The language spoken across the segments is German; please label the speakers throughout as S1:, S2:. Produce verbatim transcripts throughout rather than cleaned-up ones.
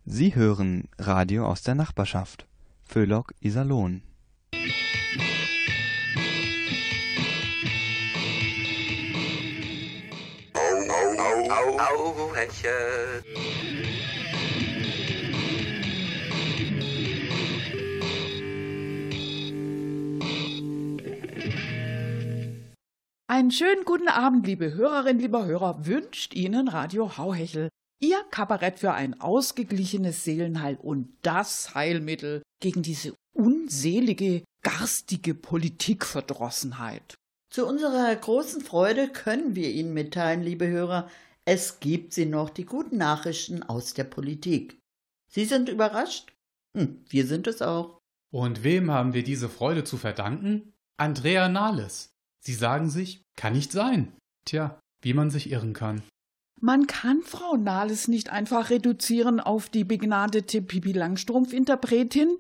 S1: Sie hören Radio aus der Nachbarschaft. Föhlock, Iserlohn.
S2: Auheche.
S3: Einen schönen guten Abend, liebe Hörerinnen, lieber Hörer, wünscht Ihnen Radio Hauhechel. Ihr Kabarett für ein ausgeglichenes Seelenheil und das Heilmittel gegen diese unselige, garstige Politikverdrossenheit.
S4: Zu unserer großen Freude können wir Ihnen mitteilen, liebe Hörer, es gibt sie noch, die guten Nachrichten aus der Politik. Sie sind überrascht? Hm, wir sind es auch.
S5: Und wem haben wir diese Freude zu verdanken? Andrea Nahles. Sie sagen sich, kann nicht sein. Tja, wie man sich irren kann.
S3: Man kann Frau Nahles nicht einfach reduzieren auf die begnadete Pippi Langstrumpf-Interpretin.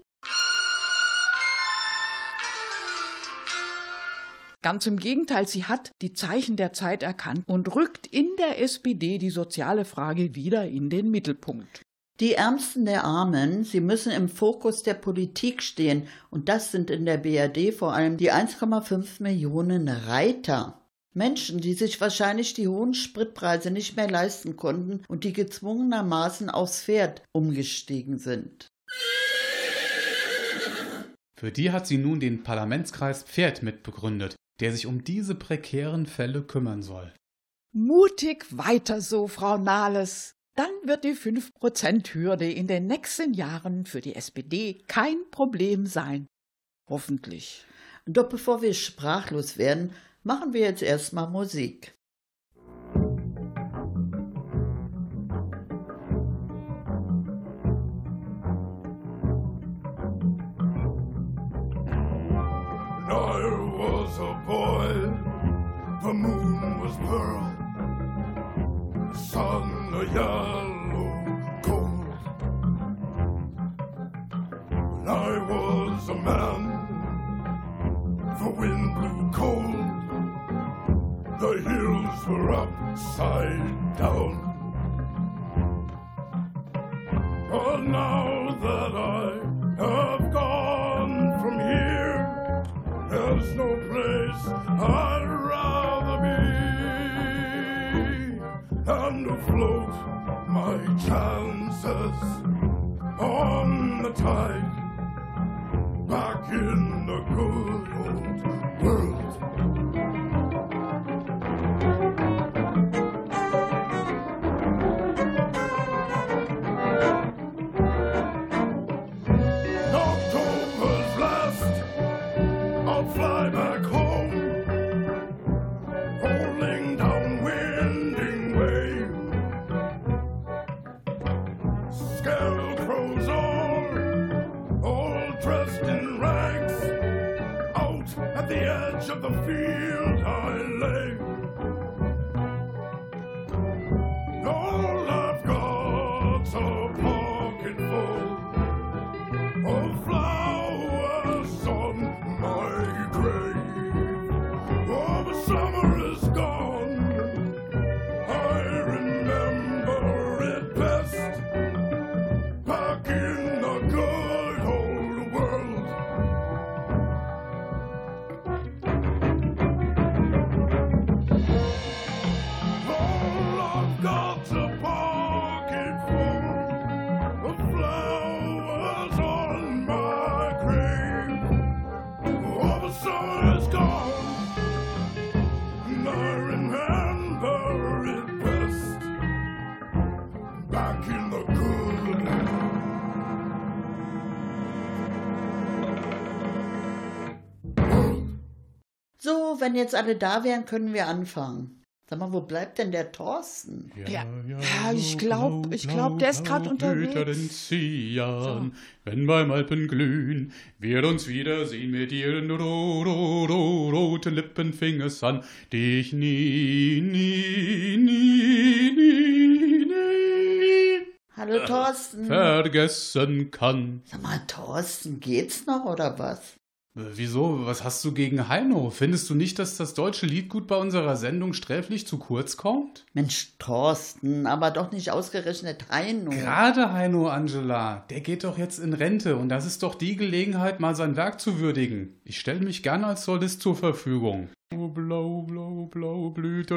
S3: Ganz im Gegenteil, sie hat die Zeichen der Zeit erkannt und rückt in der S P D die soziale Frage wieder in den Mittelpunkt.
S4: Die Ärmsten der Armen, sie müssen im Fokus der Politik stehen und das sind in der B R D vor allem die eins Komma fünf Millionen Reiter. Menschen, die sich wahrscheinlich die hohen Spritpreise nicht mehr leisten konnten und die gezwungenermaßen aufs Pferd umgestiegen sind.
S5: Für die hat sie nun den Parlamentskreis Pferd mitbegründet, der sich um diese prekären Fälle kümmern soll.
S3: Mutig weiter so, Frau Nahles. Dann wird die fünf Prozent Hürde in den nächsten Jahren für die S P D kein Problem sein. Hoffentlich.
S4: Doch bevor wir sprachlos werden, machen wir jetzt erstmal Musik.
S6: I was a boy, the moon was pearl, the sun a yellow gold. When I was a man, the wind blew cold, the hills were upside down. But now that I have gone from here, there's no place I'd rather be than to float my chances on the tide back in the good old world. October's last, I'll fly back home, rolling down winding way. Scarecrows all, all dressed in rags, out at the edge of the field I lay. All I've got's a pocket full of flowers on my grave. Oh, the summer is gone, I remember it best, back in the good old world. All I've got's a pocket full of flowers on my grave. Oh, the summer is gone, and I remember it best, back in the good.
S4: So, wenn jetzt alle da wären, können wir anfangen. Sag mal, wo bleibt denn der Thorsten?
S3: Ja, ja, ich glaub, ich glaub, der ist grad unterwegs.
S5: Hüter den Zian, wenn beim Alpenglühen wir uns wiedersehen mit ihren ro ro ro roten Lippen fing es an, die ich nie, nie, nie, nie, nie
S4: Hallo Thorsten.
S5: vergessen kann.
S4: Sag mal, Thorsten, geht's noch oder was?
S5: Wieso? Was hast du gegen Heino? Findest du nicht, dass das deutsche Liedgut bei unserer Sendung sträflich zu kurz kommt?
S4: Mensch, Thorsten, aber doch nicht ausgerechnet Heino.
S5: Gerade Heino, Angela. Der geht doch jetzt in Rente und das ist doch die Gelegenheit, mal sein Werk zu würdigen. Ich stelle mich gern als Solist zur Verfügung. Blau, blau, blau, blüht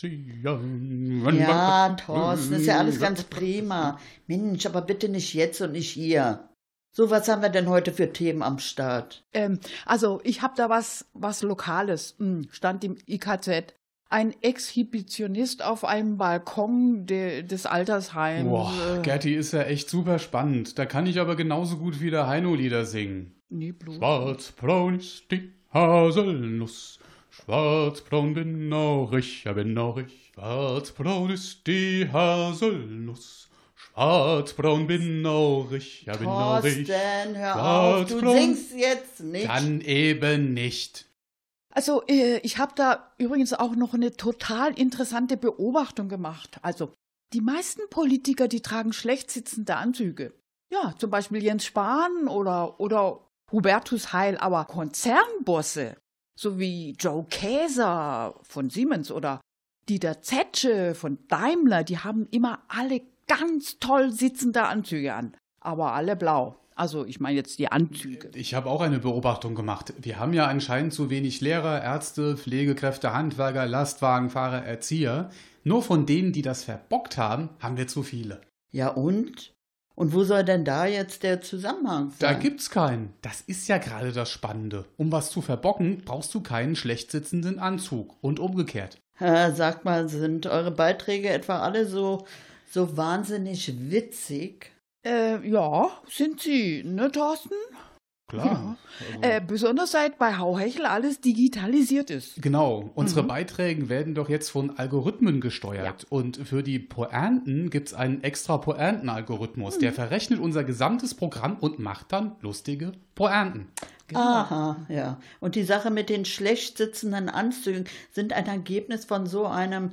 S5: Enzian.
S4: Ja, Thorsten, ist ja alles ganz prima. Mensch, aber bitte nicht jetzt und nicht hier. So, was haben wir denn heute für Themen am Start?
S3: Ähm, also, ich habe da was, was Lokales. Hm, stand im I K Z. Ein Exhibitionist auf einem Balkon de, des Altersheims.
S5: Boah, Gerti, ist ja echt super spannend. Da kann ich aber genauso gut wie der Heino-Lieder singen.
S3: Nee, bloß.
S5: Schwarzbraun ist die Haselnuss. Schwarzbraun bin auch ich, ja bin auch ich. Schwarzbraun ist die Haselnuss. Schwarzbraun bin auch ich, ja bin auch ich.
S4: Thorsten, hör auf, du singst jetzt nicht.
S5: Dann eben nicht.
S3: Also, äh, ich habe da übrigens auch noch eine total interessante Beobachtung gemacht. Also, die meisten Politiker, die tragen schlecht sitzende Anzüge. Ja, zum Beispiel Jens Spahn oder, oder Hubertus Heil, aber Konzernbosse, so wie Joe Käser von Siemens oder Dieter Zetsche von Daimler, die haben immer alle ganz toll sitzende Anzüge an, aber alle blau. Also ich meine jetzt die Anzüge.
S5: Ich habe auch eine Beobachtung gemacht. Wir haben ja anscheinend zu wenig Lehrer, Ärzte, Pflegekräfte, Handwerker, Lastwagenfahrer, Erzieher. Nur von denen, die das verbockt haben, haben wir zu viele.
S4: Ja und? Und wo soll denn da jetzt der Zusammenhang sein?
S5: Da gibt's keinen. Das ist ja gerade das Spannende. Um was zu verbocken, brauchst du keinen schlecht sitzenden Anzug. Und umgekehrt.
S4: Äh, sag mal, sind eure Beiträge etwa alle so... So wahnsinnig witzig.
S3: Äh, ja, sind sie, ne, Thorsten?
S5: Klar.
S3: Ja. Also. Äh, besonders seit bei Hauhechel alles digitalisiert ist.
S5: Genau. Unsere
S3: Mhm.
S5: Beiträge werden doch jetzt von Algorithmen gesteuert. Ja. Und für die Pointen gibt es einen extra Pointen-Algorithmus. Mhm. Der verrechnet unser gesamtes Programm und macht dann lustige Pointen.
S4: Genau. Aha, ja. Und die Sache mit den schlecht sitzenden Anzügen sind ein Ergebnis von so einem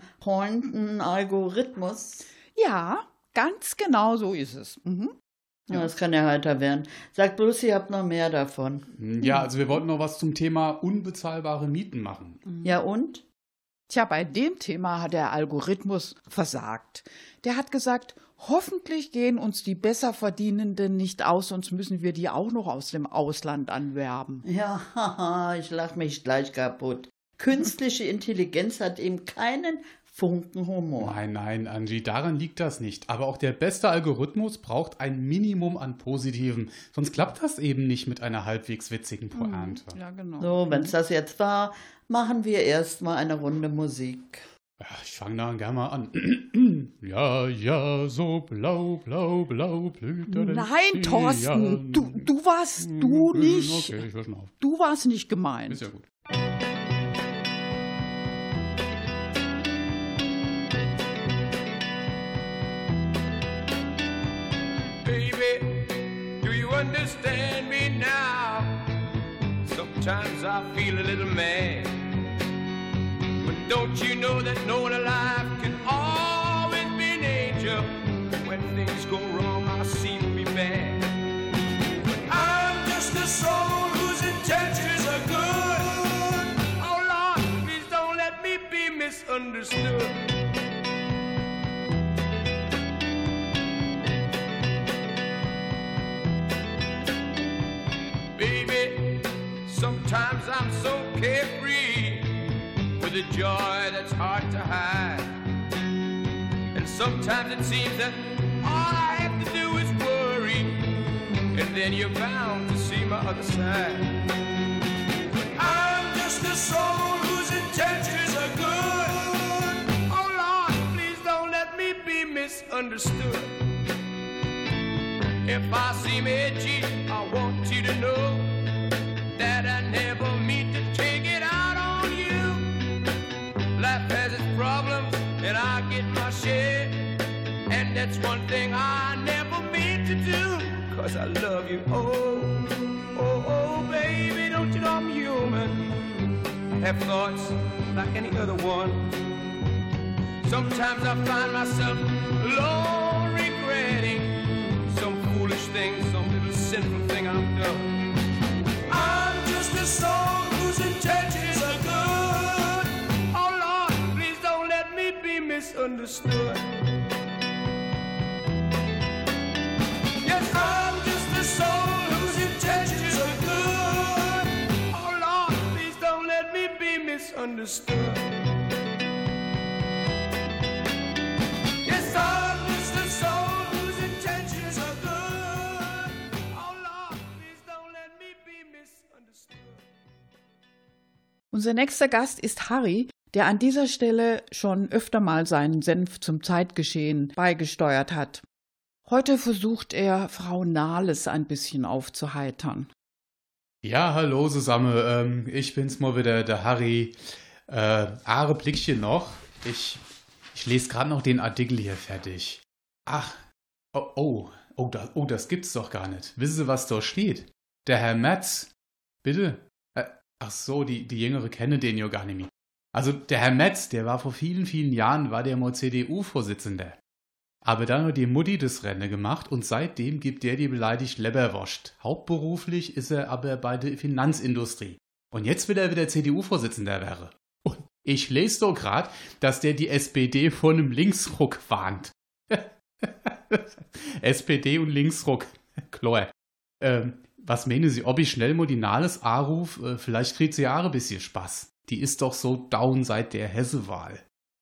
S4: Pointen-Algorithmus.
S3: Ja, ganz genau so ist es. Mhm.
S4: Ja, das kann ja heiter werden. Sag bloß, ihr habt noch mehr davon.
S5: Ja, also wir wollten noch was zum Thema unbezahlbare Mieten machen.
S4: Ja und?
S3: Tja, bei dem Thema hat der Algorithmus versagt. Der hat gesagt, hoffentlich gehen uns die Besserverdienenden nicht aus, sonst müssen wir die auch noch aus dem Ausland anwerben.
S4: Ja, haha, ich lach mich gleich kaputt. Künstliche Intelligenz hat eben keinen Funken Humor.
S5: Nein, nein, Angie, daran liegt das nicht. Aber auch der beste Algorithmus braucht ein Minimum an Positiven. Sonst klappt das eben nicht mit einer halbwegs witzigen Pointe.
S3: Ja, genau.
S4: So, wenn es das jetzt war, machen wir erstmal eine Runde Musik.
S5: Ja, ich fange da gerne mal an. Ja, ja, so blau, blau, blau blüht er.
S3: Nein, Thorsten, du, du warst du nicht.
S5: Okay, ich höre schon auf.
S3: Du warst nicht gemeint.
S5: Ist ja gut.
S2: Understand me now. Sometimes I feel a little mad, but don't you know that no one alive can always be an angel? When things go wrong, I seem to be bad. But I'm just a soul whose intentions are good. Oh Lord, please don't let me be misunderstood. Sometimes I'm so carefree with a joy that's hard to hide. And sometimes it seems that all I have to do is worry, and then you're bound to see my other side. But I'm just a soul whose intentions are good. Oh Lord, please don't let me be misunderstood. If I seem edgy, I want you to know that I never mean to take it out on you. Life has its problems, and I get my share. And that's one thing I never mean to do, 'cause I love you. Oh, oh, oh, baby, don't you know I'm human? I have thoughts like any other one. Sometimes I find myself alone regretting some foolish thing, some little sinful thing I've done. I'm just misunderstood. Yes, I'm just a soul whose intentions are good. Oh Lord, please don't let me be misunderstood. Yes, I'm just a soul whose intentions are good. Oh Lord, please don't let me be misunderstood.
S3: Unser nächster Gast ist Harry, der an dieser Stelle schon öfter mal seinen Senf zum Zeitgeschehen beigesteuert hat. Heute versucht er, Frau Nahles ein bisschen aufzuheitern.
S5: Ja, hallo zusammen, ähm, ich bin's mal wieder, der Harry. Äh, Aare Blickchen noch. Ich, ich lese gerade noch den Artikel hier fertig. Ach, oh, oh, oh, da, oh, das gibt's doch gar nicht. Wissen Sie, was da steht? Der Herr Merz, bitte? Äh, ach so, die, die Jüngere kennen den ja gar nicht mehr. Also der Herr Merz, der war vor vielen, vielen Jahren, war der mal C D U-Vorsitzender. Aber dann hat die Mutti das Rennen gemacht und seitdem gibt der die beleidigt Leberwurst. Hauptberuflich ist er aber bei der Finanzindustrie. Und jetzt will er wieder C D U-Vorsitzender wäre. Und ich lese doch gerade, dass der die S P D vor einem Linksruck warnt. S P D und Linksruck. Klar. Ähm, was meinen Sie, ob ich schnell mal die Nahles anruf? Äh, vielleicht kriegt sie ja auch ein bisschen Spaß. Die ist doch so down seit der Hesse-Wahl.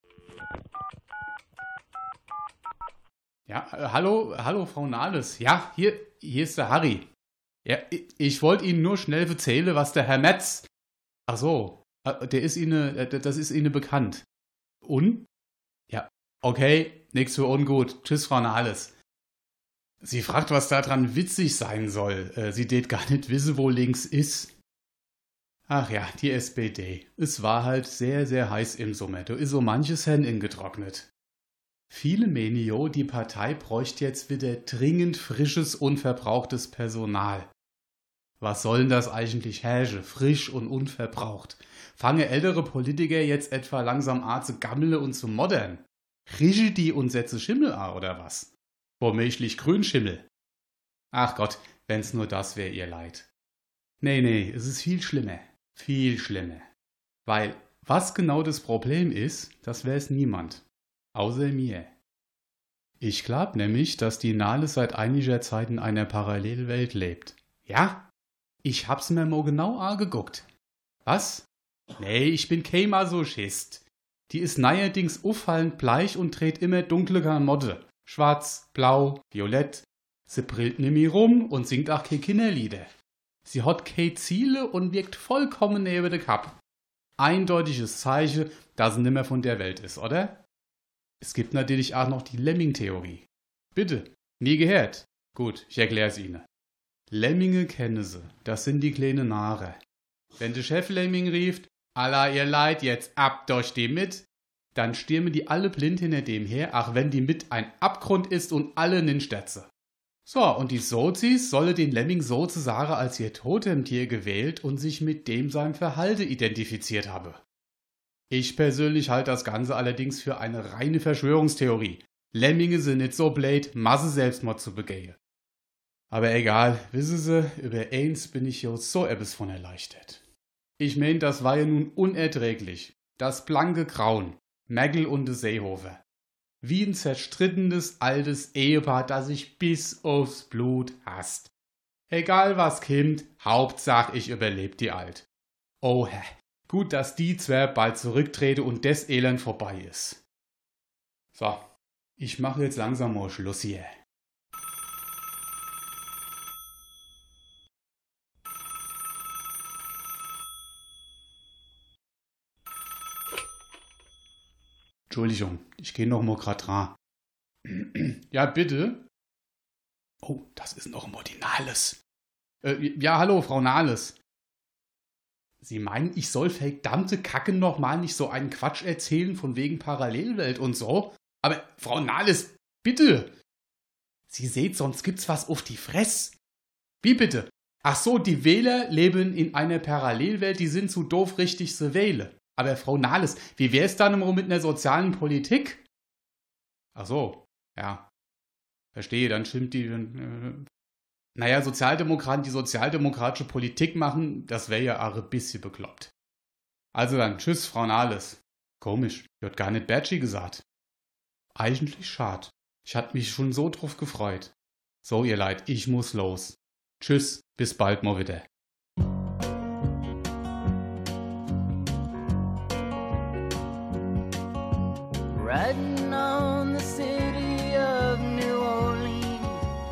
S5: Ja, äh, hallo, hallo Frau Nahles. Ja, hier, hier ist der Harry. Ja, ich, ich wollte Ihnen nur schnell erzählen, was der Herr Metz... Ach so, äh, der ist Ihnen, äh, das ist Ihnen bekannt. Und? Ja, okay, nix für ungut. Tschüss, Frau Nahles. Sie fragt, was daran witzig sein soll. Äh, sie tät gar nicht wissen, wo links ist. Ach ja, die S P D. Es war halt sehr, sehr heiß im Sommer. Da ist so manches Hen getrocknet. Viele meinen jo, die Partei bräuchte jetzt wieder dringend frisches, unverbrauchtes Personal. Was soll denn das eigentlich herrsche? Frisch und unverbraucht. Fange ältere Politiker jetzt etwa langsam an zu gammeln und zu modern? Rische die und setze Schimmel an, oder was? Womöglich Grünschimmel. Ach Gott, wenn's nur das wär ihr Leid. Nee, nee, es ist viel schlimmer. Viel schlimmer. Weil, was genau das Problem ist, das weiß niemand. Außer mir. Ich glaub nämlich, dass die Nahles seit einiger Zeit in einer Parallelwelt lebt. Ja? Ich hab's mir mal genau angeguckt. Was? Nee, ich bin kein Masochist. Die ist neuerdings auffallend bleich und dreht immer dunkle Klamotte. Schwarz, blau, violett. Sie brillt nimmer rum und singt auch keine Kinderlieder. Sie hat keine Ziele und wirkt vollkommen neben der Kapp. Eindeutiges Zeichen, dass sie nimmer von der Welt ist, oder? Es gibt natürlich auch noch die Lemming-Theorie. Bitte, nie gehört. Gut, ich erklär's Ihnen. Lemminge kennen sie, das sind die kleinen Nare. Wenn der Chef Lemming rief, Allah ihr Leid, jetzt ab durch die mit, dann stürmen die alle blind hinter dem her, ach wenn die mit ein Abgrund ist und alle ninsterze. So, und die Sozis solle den Lemming sozusagen als ihr Totemtier gewählt und sich mit dem seinem Verhalten identifiziert habe. Ich persönlich halte das Ganze allerdings für eine reine Verschwörungstheorie. Lemminge sind nicht so blöd, Masse Selbstmord zu begehen. Aber egal, wissen Sie, über eins bin ich jo so etwas von erleichtert. Ich mein, das war ja nun unerträglich. Das blanke Grauen, Merkel und de Seehofer. Wie ein zerstrittenes altes Ehepaar, das sich bis aufs Blut hasst. Egal was kommt, Hauptsache ich überlebe die Alt. Oh Herr, gut, dass die zwei bald zurücktrete und des Elend vorbei ist. So, ich mache jetzt langsam mal Schluss hier. Entschuldigung, ich gehe noch mal grad dran. Ja, bitte? Oh, das ist noch mal die Nahles. Äh, ja, hallo, Frau Nahles. Sie meinen, ich soll verdammte Kacke noch mal nicht so einen Quatsch erzählen von wegen Parallelwelt und so? Aber, Frau Nahles, bitte! Sie seht, sonst gibt's was auf die Fress. Wie bitte? Ach so, die Wähler leben in einer Parallelwelt, die sind zu doof, richtig zu wählen. Aber Frau Nahles, wie wär's dann immer mit einer sozialen Politik? Ach so, ja. Verstehe, dann stimmt die... Äh, naja, Sozialdemokraten, die sozialdemokratische Politik machen, das wäre ja auch ein bisschen bekloppt. Also dann, tschüss, Frau Nahles. Komisch, die hat gar nicht Bertschi gesagt. Eigentlich schad. Ich hatte mich schon so drauf gefreut. So, ihr Leid, ich muss los. Tschüss, bis bald mal wieder.
S7: Riding on the city of New Orleans,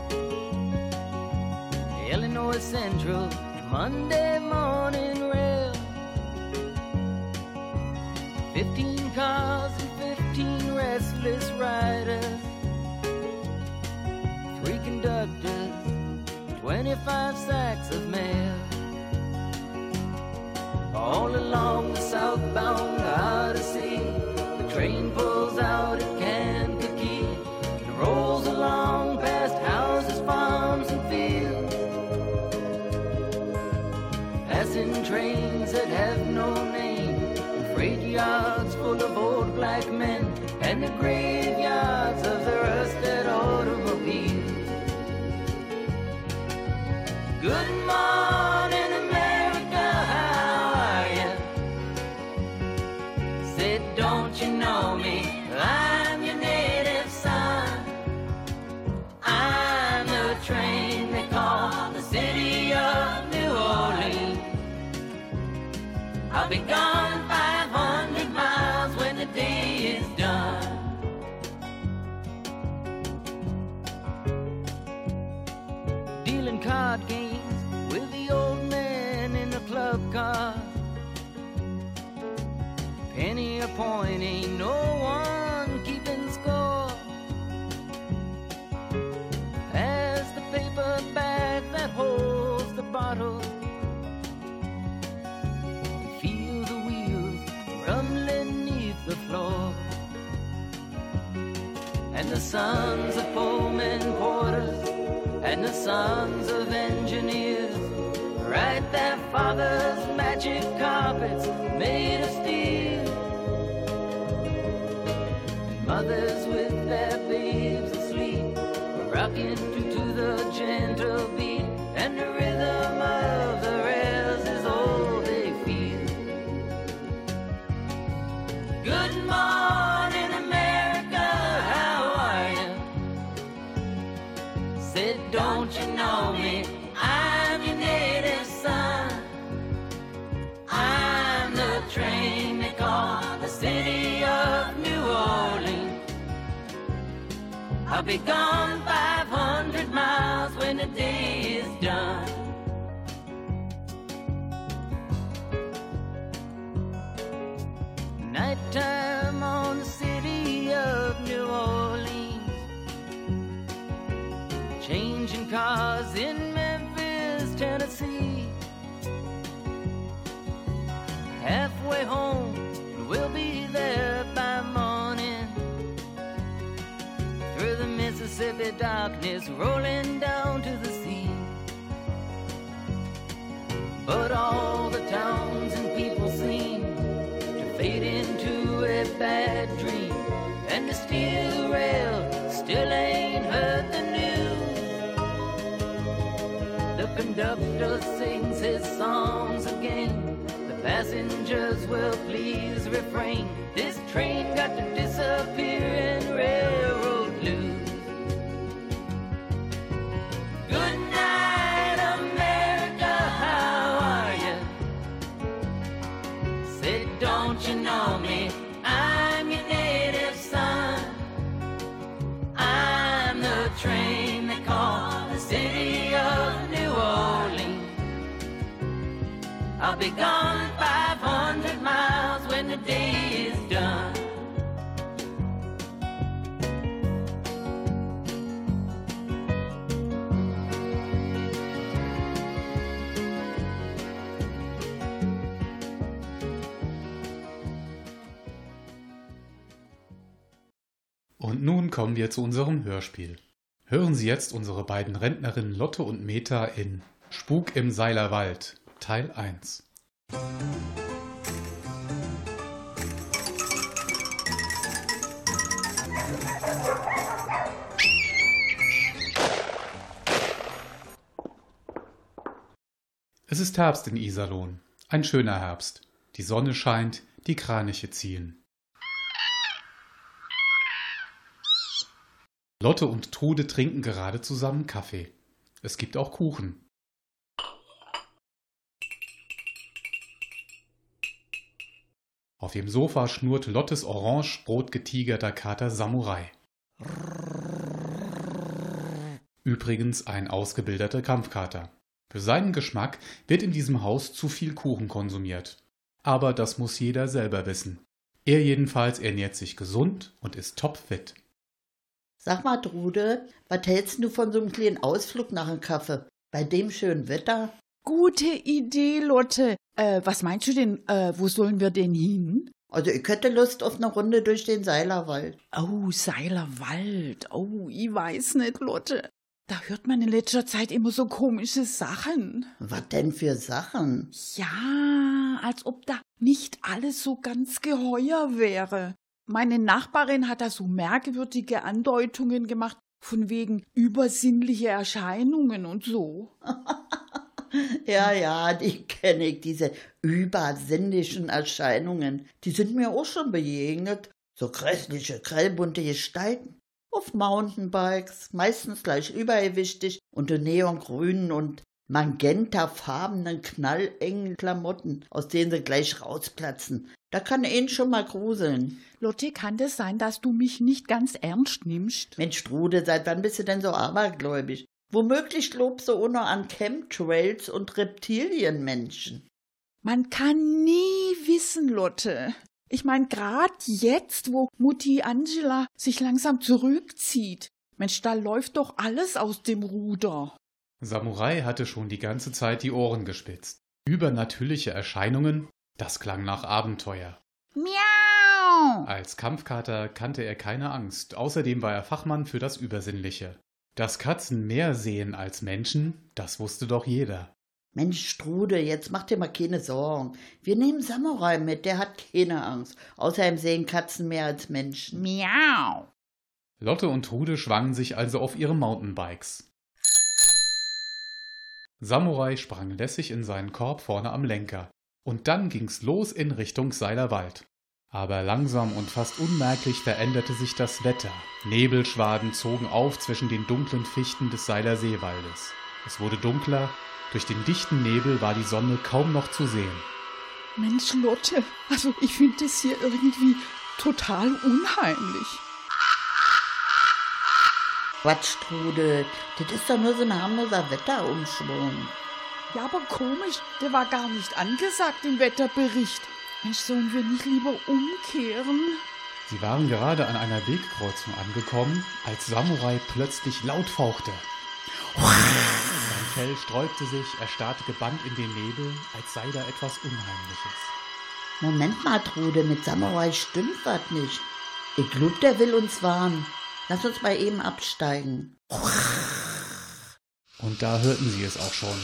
S7: Illinois Central, Monday morning rail. Fifteen cars and fifteen restless riders, three conductors, twenty-five sacks of mail. All along the southbound Odyssey, the train pulls out at Kankakee. It rolls along past houses, farms, and fields, passing trains that have no name, and freight yards full of old black men, and the graveyards of the rusted automobiles. Good morning, America, how are you? Said, don't you know me? I'm your native son. I'm the train they call the city of New Orleans. I'll be gone five hundred miles when the day is done. Dealing card games with the old man in the club car. Penny a point, ain't no one keeping score. Pass the paper bag that holds the bottle. Feel the wheels rumbling neath the floor. And the sons of Pullman porters and the sons of engineers write their father's magic carpets made of steel. And mothers with their babes asleep rocking to the gentle beat, and the rhythm of the rails is all they feel. Good morning, America, how are you? Said, don't you know me? I'm your native son. I'm the train they call the city of New Orleans. I'll be gone five hundred miles when the day is done. Nighttime on the city of New Orleans, changing cars in Memphis, Tennessee. Halfway home, we'll be there by morning. Through the Mississippi darkness, rolling down to the sea. But all the towns and people seem to fade into a bad dream, and the steel rail still ain't heard the news. The conductor sings his songs again. The passengers will please refrain. This train got to disappear in railroad blues. Good night, America, how are you? Said, don't you know me? I'm your native son. I'm the train they call the city of New Orleans. I'll be gone five hundred miles when the day is done.
S5: Und nun kommen wir zu unserem Hörspiel. Hören Sie jetzt unsere beiden Rentnerinnen Lotte und Meta in Spuk im Seilerwald, Teil eins. Es ist Herbst in Iserlohn, ein schöner Herbst. Die Sonne scheint, die Kraniche ziehen. Lotte und Trude trinken gerade zusammen Kaffee. Es gibt auch Kuchen. Auf dem Sofa schnurrt Lottes orange-rot getigerter Kater Samurai. Übrigens ein ausgebildeter Kampfkater. Für seinen Geschmack wird in diesem Haus zu viel Kuchen konsumiert. Aber das muss jeder selber wissen. Er jedenfalls ernährt sich gesund und ist topfit.
S4: Sag mal, Trude, was hältst du von so einem kleinen Ausflug nach dem Kaffee? Bei dem schönen Wetter?
S3: Gute Idee, Lotte. Äh, was meinst du denn, äh, wo sollen wir denn hin?
S4: Also ich hätte Lust auf eine Runde durch den Seilerwald.
S3: Oh, Seilerwald. Oh, ich weiß nicht, Lotte. Da hört man in letzter Zeit immer so komische Sachen.
S4: Was denn für Sachen?
S3: Ja, als ob da nicht alles so ganz geheuer wäre. Meine Nachbarin hat da so merkwürdige Andeutungen gemacht, von wegen übersinnliche Erscheinungen und so.
S4: Ja, ja, die kenne ich, diese übersinnlichen Erscheinungen. Die sind mir auch schon begegnet. So grässliche, grellbunte Gestalten. Auf Mountainbikes, meistens gleich übergewichtig und in neongrünen und magentafarbenen, knallengen Klamotten, aus denen sie gleich rausplatzen. Da kann ihn schon mal gruseln.
S3: Lotte, kann das sein, dass du mich nicht ganz ernst nimmst?
S4: Mensch, Trude, seit wann bist du denn so abergläubig? Womöglich lobst du auch noch an Chemtrails und Reptilienmenschen.
S3: Man kann nie wissen, Lotte. Ich meine, gerade jetzt, wo Mutti Angela sich langsam zurückzieht. Mensch, da läuft doch alles aus dem Ruder.
S5: Samurai hatte schon die ganze Zeit die Ohren gespitzt. Übernatürliche Erscheinungen, das klang nach Abenteuer.
S3: Miau!
S5: Als Kampfkater kannte er keine Angst, außerdem war er Fachmann für das Übersinnliche. Dass Katzen mehr sehen als Menschen, das wusste doch jeder.
S4: Mensch, Strude, jetzt mach dir mal keine Sorgen. Wir nehmen Samurai mit, der hat keine Angst. Außerdem sehen Katzen mehr als Menschen.
S3: Miau!
S5: Lotte und Trude schwangen sich also auf ihre Mountainbikes. Samurai sprang lässig in seinen Korb vorne am Lenker. Und dann ging's los in Richtung Seilerwald. Aber langsam und fast unmerklich veränderte sich das Wetter. Nebelschwaden zogen auf zwischen den dunklen Fichten des Seiler Seewaldes. Es wurde dunkler, durch den dichten Nebel war die Sonne kaum noch zu sehen.
S3: Mensch, Lotte, also ich finde das hier irgendwie total unheimlich.
S4: Quatsch, Trude, das ist doch nur so ein harmloser Wetterumschwung.
S3: Ja, aber komisch, der war gar nicht angesagt im Wetterbericht. Mensch, sollen wir nicht lieber umkehren?
S5: Sie waren gerade an einer Wegkreuzung angekommen, als Samurai plötzlich laut fauchte. Sein Fell sträubte sich, er starrte gebannt in den Nebel, als sei da etwas Unheimliches.
S4: Moment mal, Trude, mit Samurai stimmt was nicht. Ich glaub, der will uns warnen. Lass uns mal eben absteigen.
S5: Und da hörten sie es auch schon.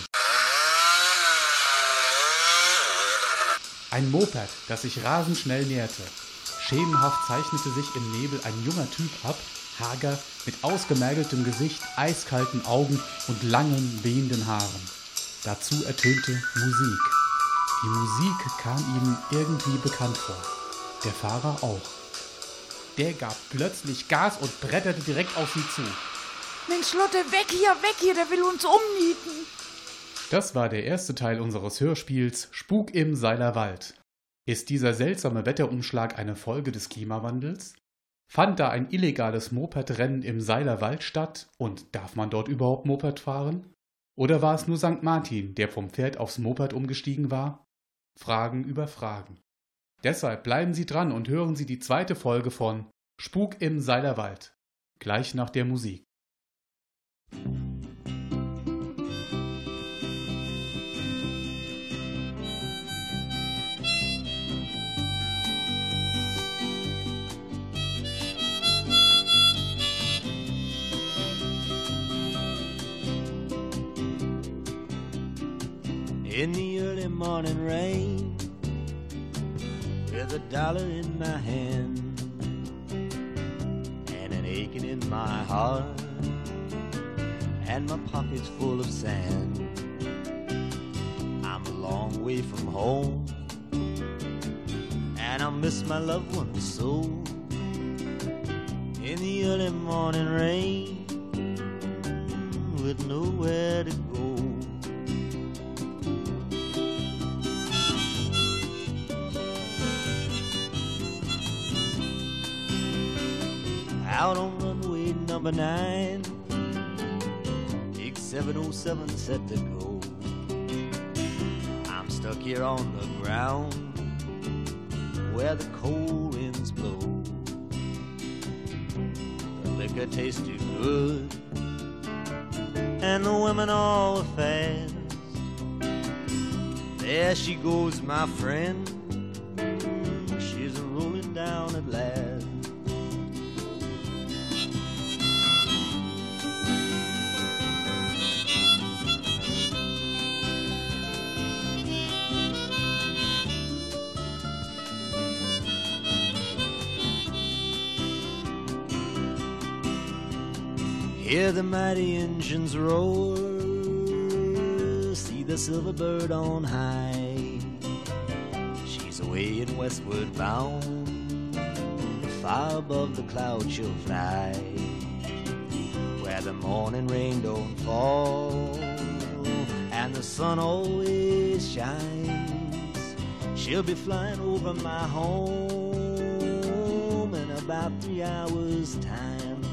S5: Ein Moped, das sich rasend schnell näherte. Schemenhaft zeichnete sich im Nebel ein junger Typ ab, hager, mit ausgemergeltem Gesicht, eiskalten Augen und langen, wehenden Haaren. Dazu ertönte Musik. Die Musik kam ihm irgendwie bekannt vor. Der Fahrer auch. Der gab plötzlich Gas und bretterte direkt auf sie zu.
S3: Mensch, Lotte, weg hier, weg hier, der will uns umnieten.
S5: Das war der erste Teil unseres Hörspiels Spuk im Seilerwald. Ist dieser seltsame Wetterumschlag eine Folge des Klimawandels? Fand da ein illegales Mopedrennen im Seilerwald statt und darf man dort überhaupt Moped fahren? Oder war es nur Sankt Martin, der vom Pferd aufs Moped umgestiegen war? Fragen über Fragen. Deshalb bleiben Sie dran und hören Sie die zweite Folge von Spuk im Seilerwald. Gleich nach der Musik.
S8: In the early morning rain, with a dollar in my hand and an aching in my heart and my pockets full of sand. I'm a long way from home and I miss my loved ones so. in the early morning rain with nowhere to go. Out on runway number nine, big seven oh seven set to go. I'm stuck here on the ground where the cold winds blow. The liquor tastes too good and the women all are fast. There she goes, my friend, she's rolling down at last. Hear the mighty engines roar, see the silver bird on high. She's away and westward bound, far above the clouds she'll fly. Where the morning rain don't fall and the sun always shines, she'll be flying over my home in about three hours' time.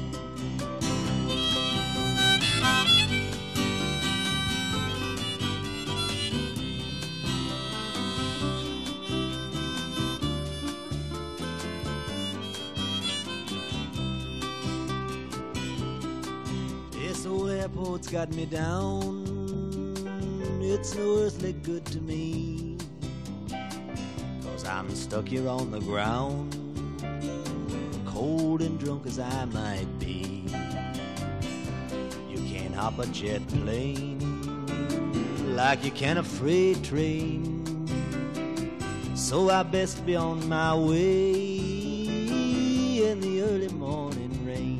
S8: This old airport's got me down, it's no earthly good to me, 'cause I'm stuck here on the ground, cold and drunk as I might be. You can't hop a jet plane like you can a freight train, so I best be on my way in the early morning rain.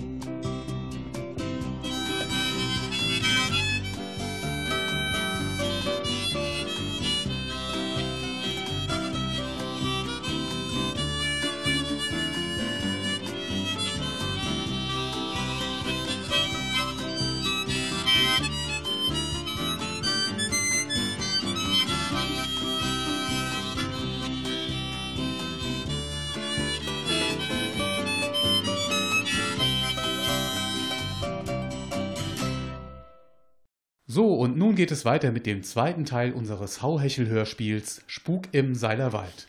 S5: So, und nun geht es weiter mit dem zweiten Teil unseres Hauhechel-Hörspiels Spuk im Seilerwald.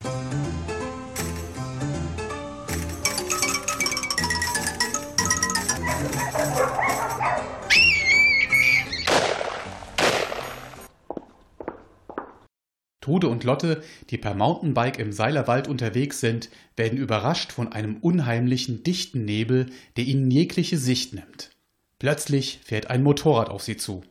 S5: Trude und Lotte, die per Mountainbike im Seilerwald unterwegs sind, werden überrascht von einem unheimlichen, dichten Nebel, der ihnen jegliche Sicht nimmt. Plötzlich fährt ein Motorrad auf sie zu.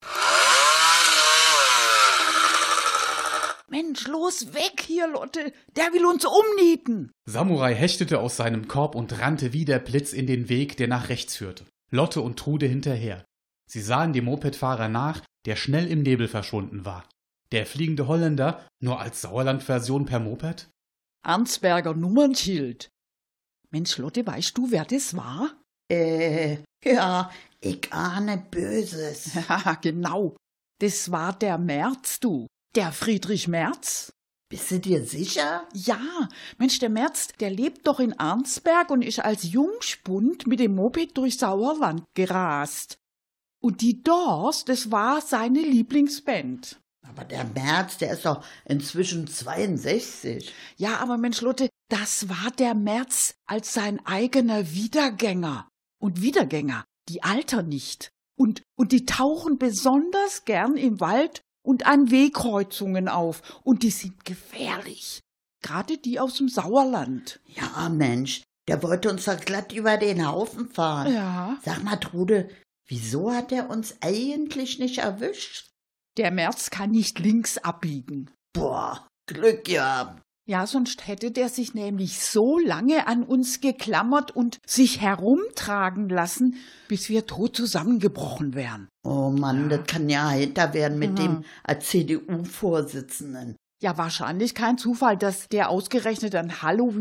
S3: Mensch, los weg hier, Lotte, der will uns umnieten.
S5: Samurai hechtete aus seinem Korb und rannte wie der Blitz in den Weg, der nach rechts führte. Lotte und Trude hinterher. Sie sahen dem Mopedfahrer nach, der schnell im Nebel verschwunden war. Der fliegende Holländer, nur als Sauerland-Version per Moped?
S3: Arnsberger Nummernschild. Mensch, Lotte, weißt du, wer das war?
S4: Äh, ja, ich ahne Böses.
S3: Ja, genau. Das war der Merz, du. Der Friedrich Merz.
S4: Bist du dir sicher?
S3: Ja, Mensch, der Merz, der lebt doch in Arnsberg und ist als Jungspund mit dem Moped durch Sauerland gerast. Und die Doors, das war seine Lieblingsband.
S4: Aber der Merz, der ist doch inzwischen zweiundsechzig.
S3: Ja, aber Mensch, Lotte, das war der Merz als sein eigener Wiedergänger. Und Wiedergänger, die altern nicht. Und, und die tauchen besonders gern im Wald und an Wegkreuzungen auf. Und die sind gefährlich. Gerade die aus dem Sauerland.
S4: Ja, Mensch, der wollte uns doch glatt über den Haufen fahren.
S3: Ja.
S4: Sag mal, Trude, wieso hat er uns eigentlich nicht erwischt?
S3: Der Merz kann nicht links abbiegen.
S4: Boah, Glück gehabt.
S3: Ja, sonst hätte der sich nämlich so lange an uns geklammert und sich herumtragen lassen, bis wir tot zusammengebrochen wären.
S4: Oh Mann,
S3: ja.
S4: Das kann ja heiter werden mit
S3: Mhm.
S4: dem als C D U-Vorsitzenden.
S3: Ja, wahrscheinlich kein Zufall, dass der ausgerechnet an Halloween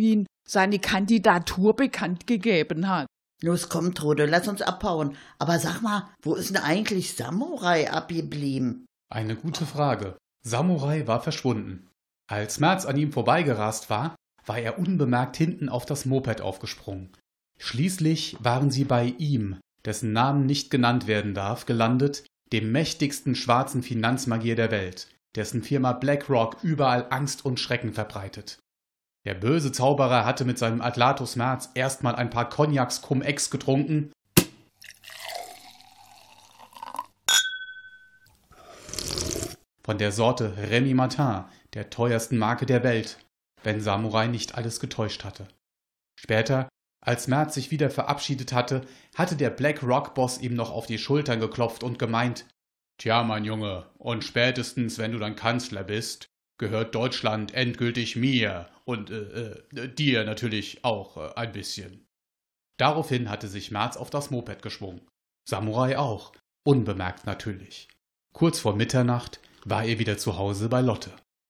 S3: seine Kandidatur bekannt gegeben hat.
S4: Los, komm, Trude, lass uns abhauen. Aber sag mal, wo ist denn eigentlich Samurai abgeblieben?
S5: Eine gute Frage. Samurai war verschwunden. Als Merz an ihm vorbeigerast war, war er unbemerkt hinten auf das Moped aufgesprungen. Schließlich waren sie bei ihm, dessen Namen nicht genannt werden darf, gelandet, dem mächtigsten schwarzen Finanzmagier der Welt, dessen Firma BlackRock überall Angst und Schrecken verbreitet. Der böse Zauberer hatte mit seinem Atlatus Merz erstmal ein paar Cognacs Cum-Ex getrunken von der Sorte Remy Martin, der teuersten Marke der Welt, wenn Samurai nicht alles getäuscht hatte. Später, als Merz sich wieder verabschiedet hatte, hatte der BlackRock-Boss ihm noch auf die Schultern geklopft und gemeint: »Tja, mein Junge, und spätestens, wenn du dann Kanzler bist, gehört Deutschland endgültig mir und äh, äh, dir natürlich auch äh, ein bisschen.« Daraufhin hatte sich Merz auf das Moped geschwungen. Samurai auch, unbemerkt natürlich. Kurz vor Mitternacht war er wieder zu Hause bei Lotte.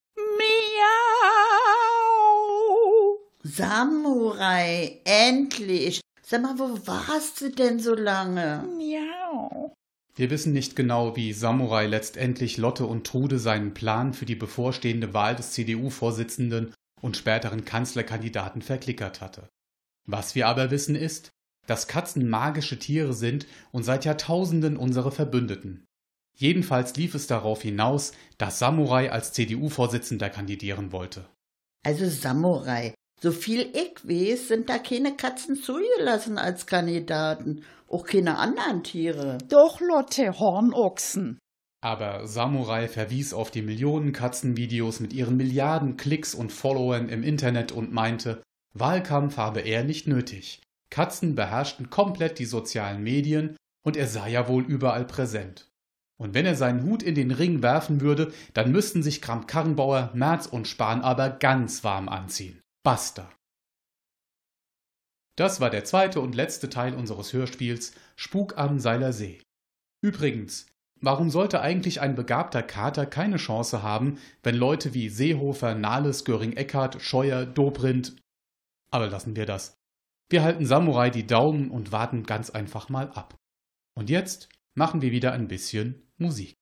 S3: Miau!
S4: Samurai, endlich! Sag mal, wo warst du denn so lange?
S3: Miau!
S5: Wir wissen nicht genau, wie Samurai letztendlich Lotte und Trude seinen Plan für die bevorstehende Wahl des C D U-Vorsitzenden und späteren Kanzlerkandidaten verklickert hatte. Was wir aber wissen ist, dass Katzen magische Tiere sind und seit Jahrtausenden unsere Verbündeten. Jedenfalls lief es darauf hinaus, dass Samurai als C D U-Vorsitzender kandidieren wollte.
S4: Also Samurai, so viel ich weiß, sind da keine Katzen zugelassen als Kandidaten. Auch keine anderen Tiere.
S3: Doch, Lotte, Hornochsen.
S5: Aber Samurai verwies auf die Millionen Katzenvideos mit ihren Milliarden Klicks und Followern im Internet und meinte, Wahlkampf habe er nicht nötig. Katzen beherrschten komplett die sozialen Medien und er sei ja wohl überall präsent. Und wenn er seinen Hut in den Ring werfen würde, dann müssten sich Kramp-Karrenbauer, Merz und Spahn aber ganz warm anziehen. Basta. Das war der zweite und letzte Teil unseres Hörspiels Spuk am Seiler See. Übrigens, warum sollte eigentlich ein begabter Kater keine Chance haben, wenn Leute wie Seehofer, Nahles, Göring-Eckardt, Scheuer, Dobrindt... Aber lassen wir das. Wir halten Samurai die Daumen und warten ganz einfach mal ab. Und jetzt machen wir wieder ein bisschen Musik.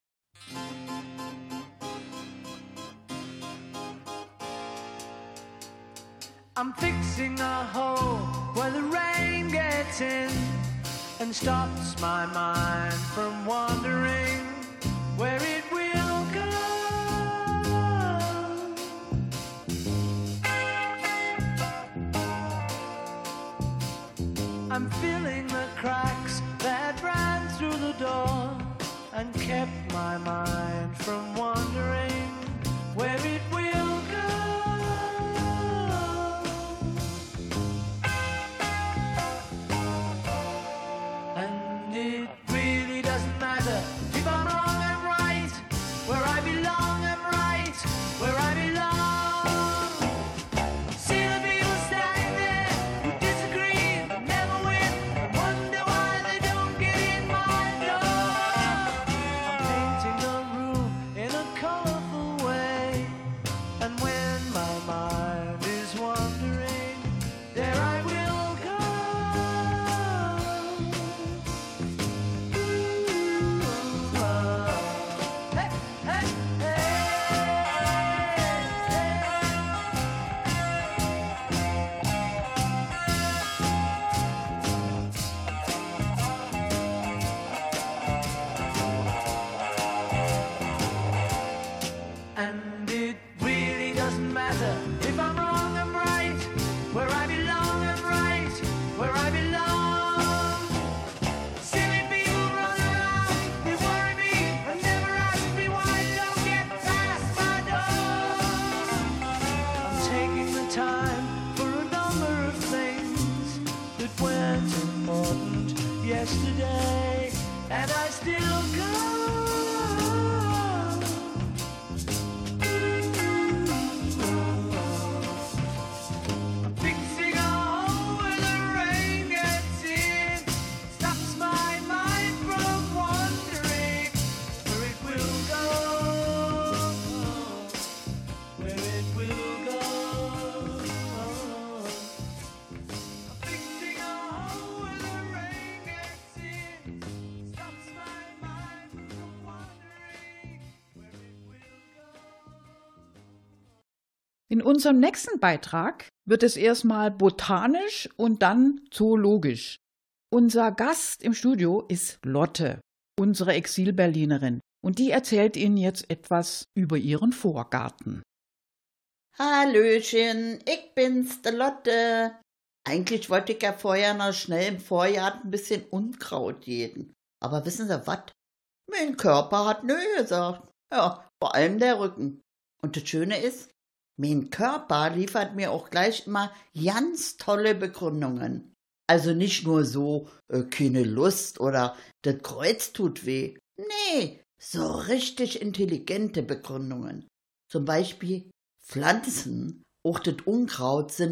S7: I'm fixing a hole where the rain gets in and stops my mind from wandering where it will go. I'm filling the cracks that ran through the door and kept my mind from wandering where it will go. Painting a room
S3: In unserem nächsten Beitrag wird es erstmal botanisch und dann zoologisch. Unser Gast im Studio ist Lotte, unsere Exil-Berlinerin, und die erzählt Ihnen jetzt etwas über ihren Vorgarten.
S4: Hallöchen, ich bin's, der Lotte. Eigentlich wollte ich ja vorher noch schnell im Vorjahr ein bisschen Unkraut jäten. Aber wissen Sie was? Mein Körper hat nö gesagt. Ja, vor allem der Rücken. Und das Schöne ist, mein Körper liefert mir auch gleich immer ganz tolle Begründungen. Also nicht nur so, äh, keine Lust oder das Kreuz tut weh. Nee, so richtig intelligente Begründungen. Zum Beispiel Pflanzen, auch das Unkraut, sind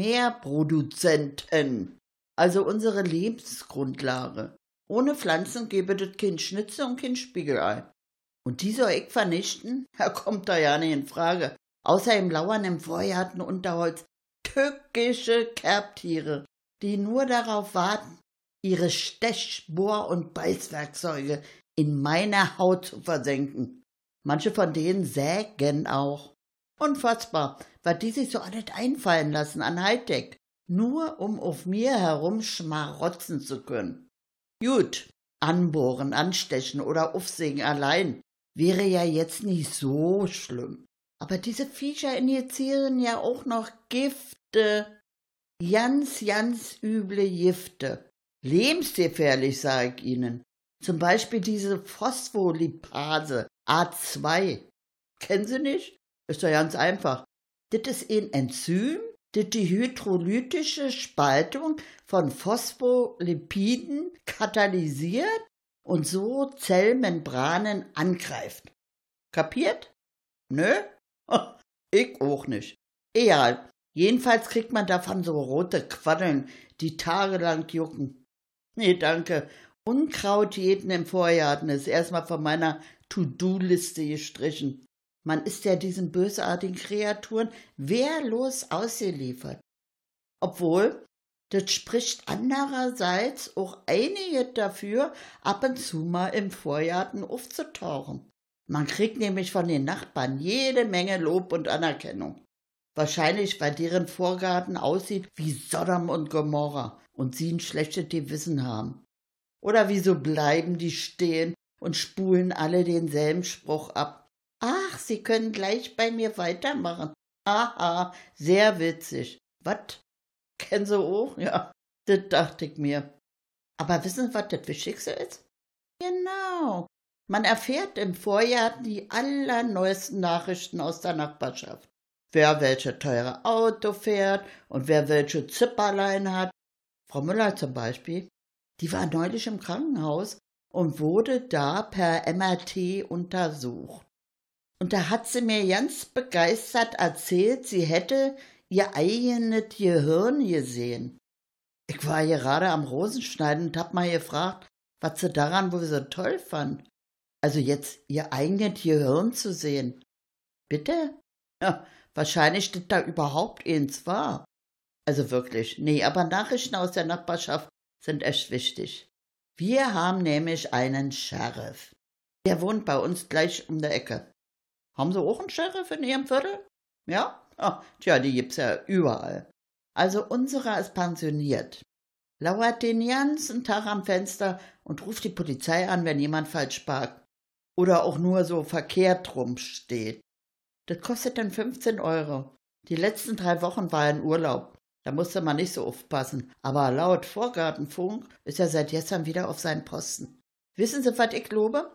S4: Primärproduzenten. Also unsere Lebensgrundlage. Ohne Pflanzen gäbe das kein Schnitzel und kein Spiegelei. Und die soll ich vernichten? Da kommt da ja nicht in Frage. Außerdem lauern im Vorgartenunterholz tückische Kerbtiere, die nur darauf warten, ihre Stech-, Bohr- und Beißwerkzeuge in meiner Haut zu versenken. Manche von denen sägen auch. Unfassbar, was die sich so alles einfallen lassen an Hightech, nur um auf mir herum schmarotzen zu können. Gut, anbohren, anstechen oder aufsägen allein wäre ja jetzt nicht so schlimm. Aber diese Viecher injizieren ja auch noch Gifte. Ganz, ganz üble Gifte. Lebensgefährlich, sage ich Ihnen. Zum Beispiel diese Phospholipase A zwei. Kennen Sie nicht? Ist doch ganz einfach. Das ist ein Enzym, das die hydrolytische Spaltung von Phospholipiden katalysiert und so Zellmembranen angreift. Kapiert? Nö? Ich auch nicht. Egal. Jedenfalls kriegt man davon so rote Quaddeln, die tagelang jucken. Nee, danke. Unkraut jäten im Vorgarten ist erstmal von meiner To-Do-Liste gestrichen. Man ist ja diesen bösartigen Kreaturen wehrlos ausgeliefert. Obwohl, das spricht andererseits auch einige dafür, ab und zu mal im Vorgarten aufzutauchen. Man kriegt nämlich von den Nachbarn jede Menge Lob und Anerkennung. Wahrscheinlich, weil deren Vorgarten aussieht wie Sodom und Gomorra und sie ein schlechtes Gewissen haben. Oder wieso bleiben die stehen und spulen alle denselben Spruch ab? Ach, Sie können gleich bei mir weitermachen. Aha, sehr witzig. Was? Kennen Sie auch? Ja, das dachte ich mir. Aber wissen Sie, was das Wichtigste ist? Genau. Man erfährt im Vorjahr die allerneuesten Nachrichten aus der Nachbarschaft. Wer welche teure Auto fährt und wer welche Zipperlein hat. Frau Müller zum Beispiel, die war neulich im Krankenhaus und wurde da per M R T untersucht. Und da hat sie mir ganz begeistert erzählt, sie hätte ihr eigenes Gehirn gesehen. Ich war gerade am Rosenschneiden und hab mal gefragt, was sie daran wohl so toll fand. Also jetzt ihr eigenes Gehirn zu sehen. Bitte? Ja, wahrscheinlich steht da überhaupt eins war. Also wirklich, nee, aber Nachrichten aus der Nachbarschaft sind echt wichtig. Wir haben nämlich einen Sheriff. Der wohnt bei uns gleich um der Ecke. Haben Sie auch einen Sheriff in Ihrem Viertel? Ja? Oh, tja, die gibt's ja überall. Also unserer ist pensioniert. Lauert den ganzen Tag am Fenster und ruft die Polizei an, wenn jemand falsch parkt. Oder auch nur so verkehrt rumsteht. Das kostet dann fünfzehn Euro. Die letzten drei Wochen war er in Urlaub. Da musste man nicht so aufpassen. Aber laut Vorgartenfunk ist er seit gestern wieder auf seinen Posten. Wissen Sie, was ich glaube?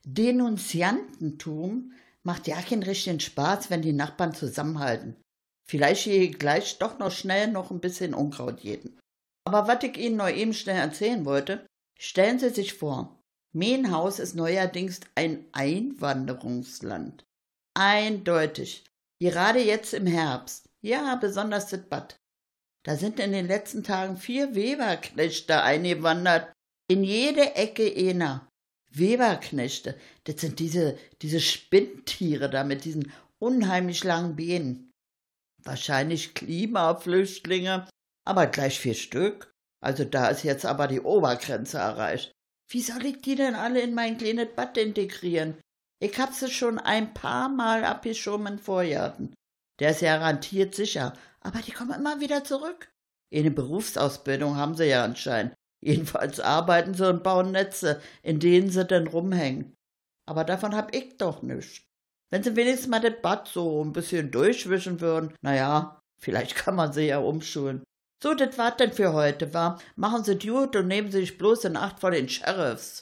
S4: Denunziantentum macht ja keinen richtigen Spaß, wenn die Nachbarn zusammenhalten. Vielleicht gehe ich gleich doch noch schnell noch ein bisschen Unkraut jäten. Aber was ich Ihnen noch eben schnell erzählen wollte, stellen Sie sich vor, mein Haus ist neuerdings ein Einwanderungsland. Eindeutig. Gerade jetzt im Herbst. Ja, besonders das Bad. Da sind in den letzten Tagen vier Weberknechte eingewandert. In jede Ecke einer. Weberknechte, das sind diese, diese Spinntiere da mit diesen unheimlich langen Beinen. Wahrscheinlich Klimaflüchtlinge, aber gleich vier Stück. Also da ist jetzt aber die Obergrenze erreicht. Wie soll ich die denn alle in mein kleines Bad integrieren? Ich hab sie schon ein paar Mal abgeschoben in Vorgarten. Der ist ja garantiert sicher, aber die kommen immer wieder zurück. Eine Berufsausbildung haben sie ja anscheinend. Jedenfalls arbeiten sie und bauen Netze, in denen sie dann rumhängen. Aber davon hab ich doch nichts. Wenn sie wenigstens mal das Bad so ein bisschen durchwischen würden, naja, vielleicht kann man sie ja umschulen. So, das war's denn für heute, wa? Machen Sie gut und nehmen Sie sich bloß in Acht vor den Sheriffs.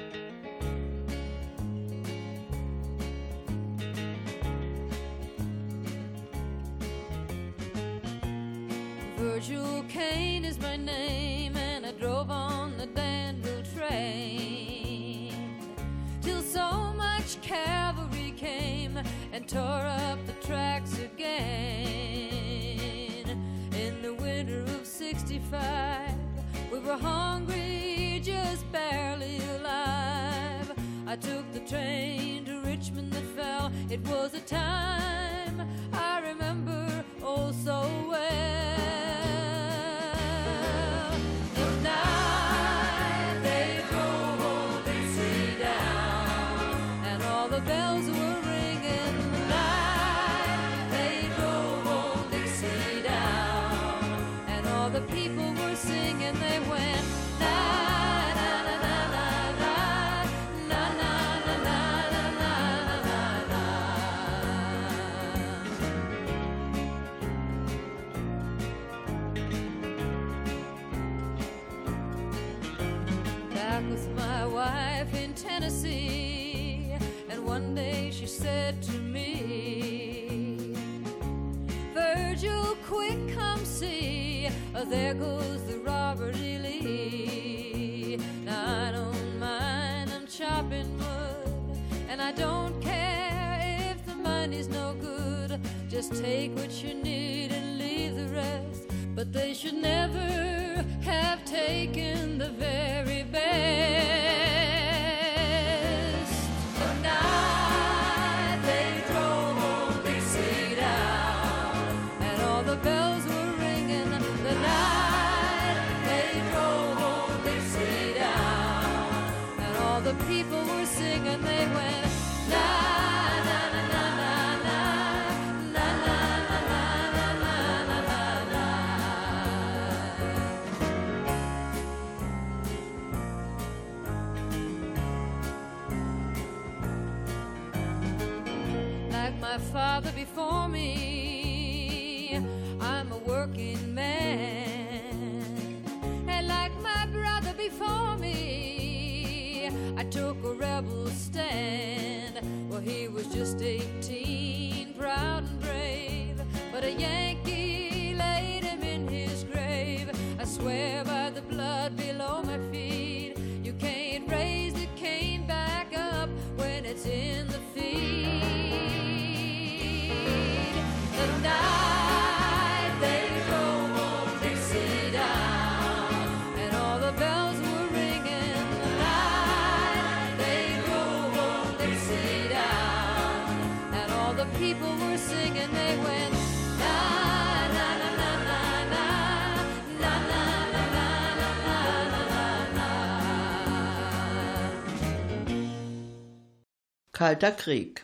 S9: Virgil Kane is my name, and I drove on the Danville train till so much cavalry came and tore up the tracks again. In the winter of sixty-five, we were hungry, just barely alive. I took the train to Richmond that fell. It was a time I remember oh so well. Tennessee, and one day she said to me, Virgil, quick come see, oh, there goes the Robert E. Lee. Now I don't mind, I'm chopping wood, and I don't care if the money's no good. Just take what you need and leave the rest. But they should never have taken the very best. People were singing, they went la la la la la la la la la la la. Like my father before me, I'm a working man, and like my brother before me, I took a rebel stand. Well, he was just eighteen, proud and brave, but a Yankee laid him in his grave. I swear by the blood below my feet, you can't raise the cane back up when it's in the feed. The night they drove old Dixie down, and all the bells were ringing. The night they drove old Dixie down, and all the people were singing. They went la la la la la la la la la la la.
S4: Kalter Krieg.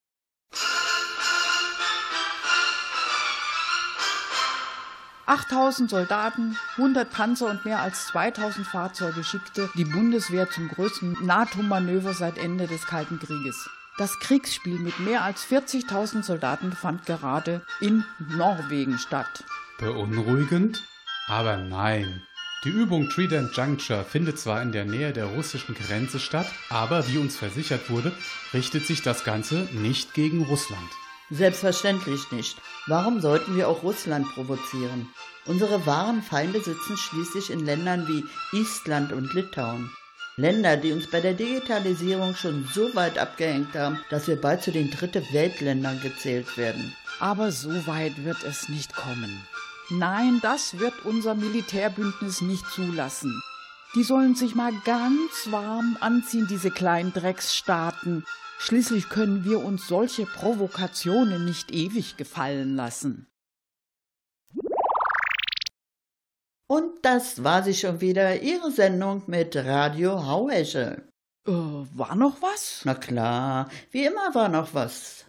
S3: achttausend Soldaten, hundert Panzer und mehr als zweitausend Fahrzeuge schickte die Bundeswehr zum größten NATO-Manöver seit Ende des Kalten Krieges. Das Kriegsspiel mit mehr als vierzigtausend Soldaten fand gerade in Norwegen statt.
S5: Beunruhigend? Aber nein. Die Übung Trident Juncture findet zwar in der Nähe der russischen Grenze statt, aber wie uns versichert wurde, richtet sich das Ganze nicht gegen Russland.
S4: Selbstverständlich nicht. Warum sollten wir auch Russland provozieren? Unsere wahren Feinde sitzen schließlich in Ländern wie Estland und Litauen. Länder, die uns bei der Digitalisierung schon so weit abgehängt haben, dass wir bald zu den Dritte Weltländern gezählt werden.
S3: Aber so weit wird es nicht kommen. Nein, das wird unser Militärbündnis nicht zulassen. Die sollen sich mal ganz warm anziehen, diese kleinen Drecksstaaten. Schließlich können wir uns solche Provokationen nicht ewig gefallen lassen.
S4: Und das war sie schon wieder, Ihre Sendung mit Radio Hauhechel.
S3: Äh, war noch was?
S4: Na klar, wie immer war noch was.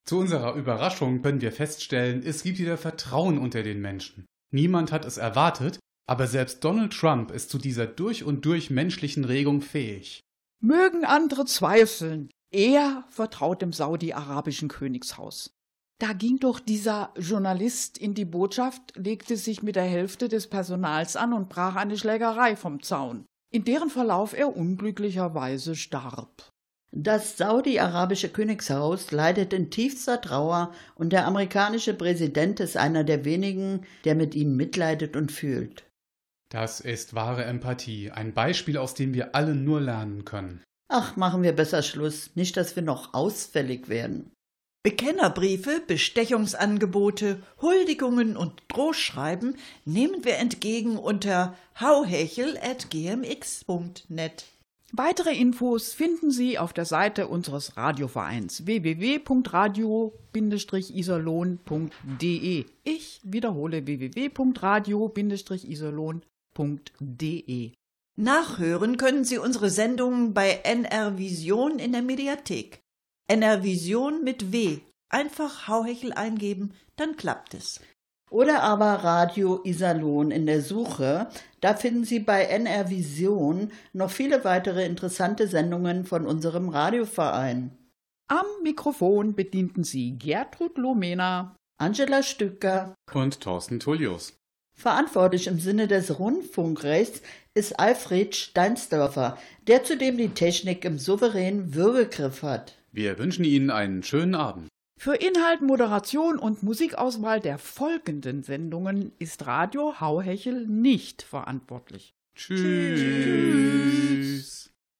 S5: Zu unserer Überraschung können wir feststellen, es gibt wieder Vertrauen unter den Menschen. Niemand hat es erwartet, aber selbst Donald Trump ist zu dieser durch und durch menschlichen Regung fähig.
S3: Mögen andere zweifeln, er vertraut dem saudi-arabischen Königshaus. Da ging doch dieser Journalist in die Botschaft, legte sich mit der Hälfte des Personals an und brach eine Schlägerei vom Zaun, in deren Verlauf er unglücklicherweise starb.
S4: Das saudi-arabische Königshaus leidet in tiefster Trauer und der amerikanische Präsident ist einer der wenigen, der mit ihnen mitleidet und fühlt.
S5: Das ist wahre Empathie, ein Beispiel, aus dem wir alle nur lernen können.
S4: Ach, machen wir besser Schluss, nicht, dass wir noch ausfällig werden.
S10: Bekennerbriefe, Bestechungsangebote, Huldigungen und Drohschreiben nehmen wir entgegen unter hauhechel at g m x punkt net.
S3: Weitere Infos finden Sie auf der Seite unseres Radiovereins w w w punkt radio Bindestrich iserlohn punkt d e. Ich wiederhole w w w punkt radio Bindestrich iserlohn punkt d e.
S10: Nachhören können Sie unsere Sendungen bei N R Vision in der Mediathek. N R Vision mit W. Einfach Hauhechel eingeben, dann klappt es.
S4: Oder aber Radio Iserlohn in der Suche. Da finden Sie bei N R Vision noch viele weitere interessante Sendungen von unserem Radioverein.
S3: Am Mikrofon bedienten Sie Gertrud Lomena,
S4: Angela Stücker
S5: und Thorsten Tullius.
S4: Verantwortlich im Sinne des Rundfunkrechts ist Alfred Steinsdörfer, der zudem die Technik im souveränen Würgegriff hat.
S5: Wir wünschen Ihnen einen schönen Abend.
S3: Für Inhalt, Moderation und Musikauswahl der folgenden Sendungen ist Radio Hauhechel nicht verantwortlich.
S5: Tschüss. Tschüss.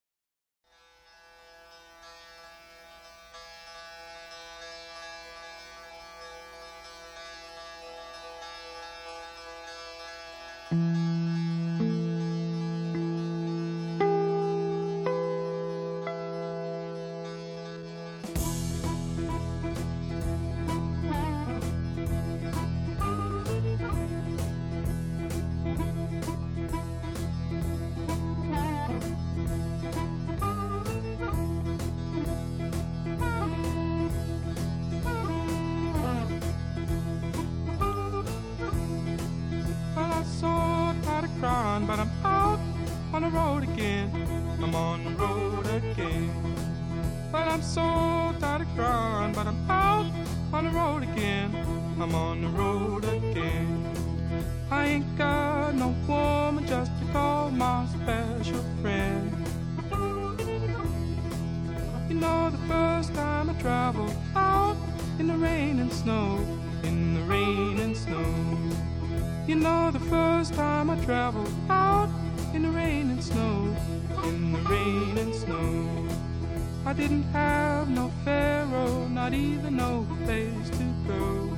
S2: But I'm out on the road again. I'm on the road again. But I'm so tired of crying. But I'm out on the road again. I'm on the road again. I ain't got no woman just to call my special friend. You know the first time I traveled out in the rain and snow, in the rain and snow. You know the first time I traveled out in the rain and snow, in the rain and snow. I didn't have no pharaoh, not even no place to go.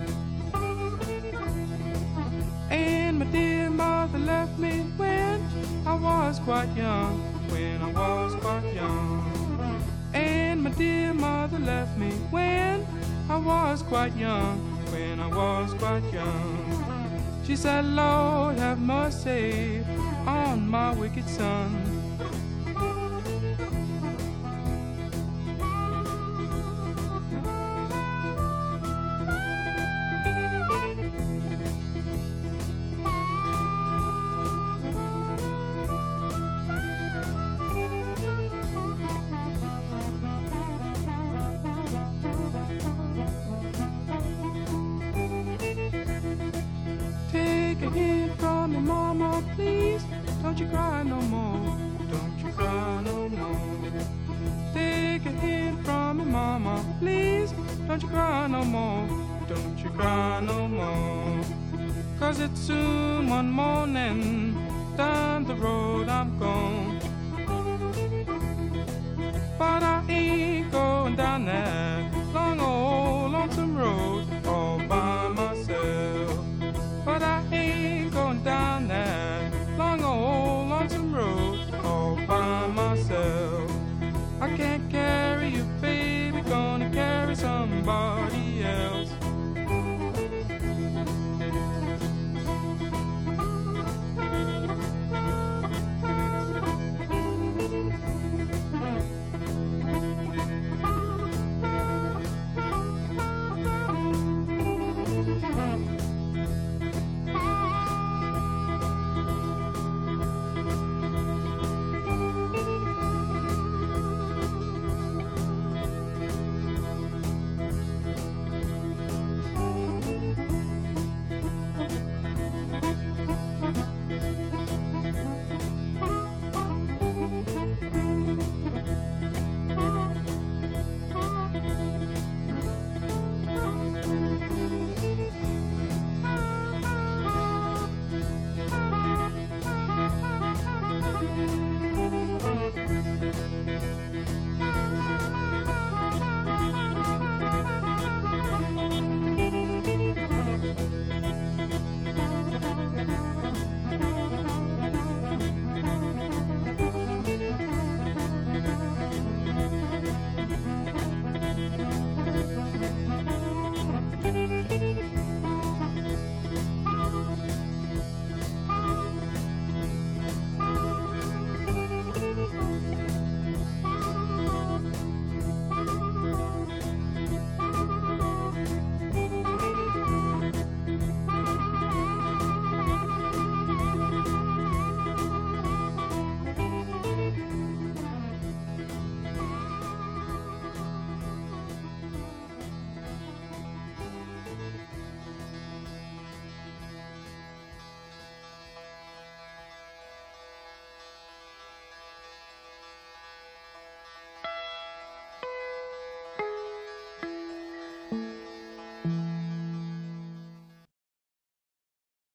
S2: And my dear mother left me when I was quite young, when I was quite young. And my dear mother left me when I was quite young, when I was quite young. She said, Lord, have mercy on my wicked son. Don't you cry no more, don't you cry no more. Take a hint from me, mama, please. Don't you cry no more, don't you cry no more. Cause it's soon one morning, down the road I'm gone. But I ain't going down there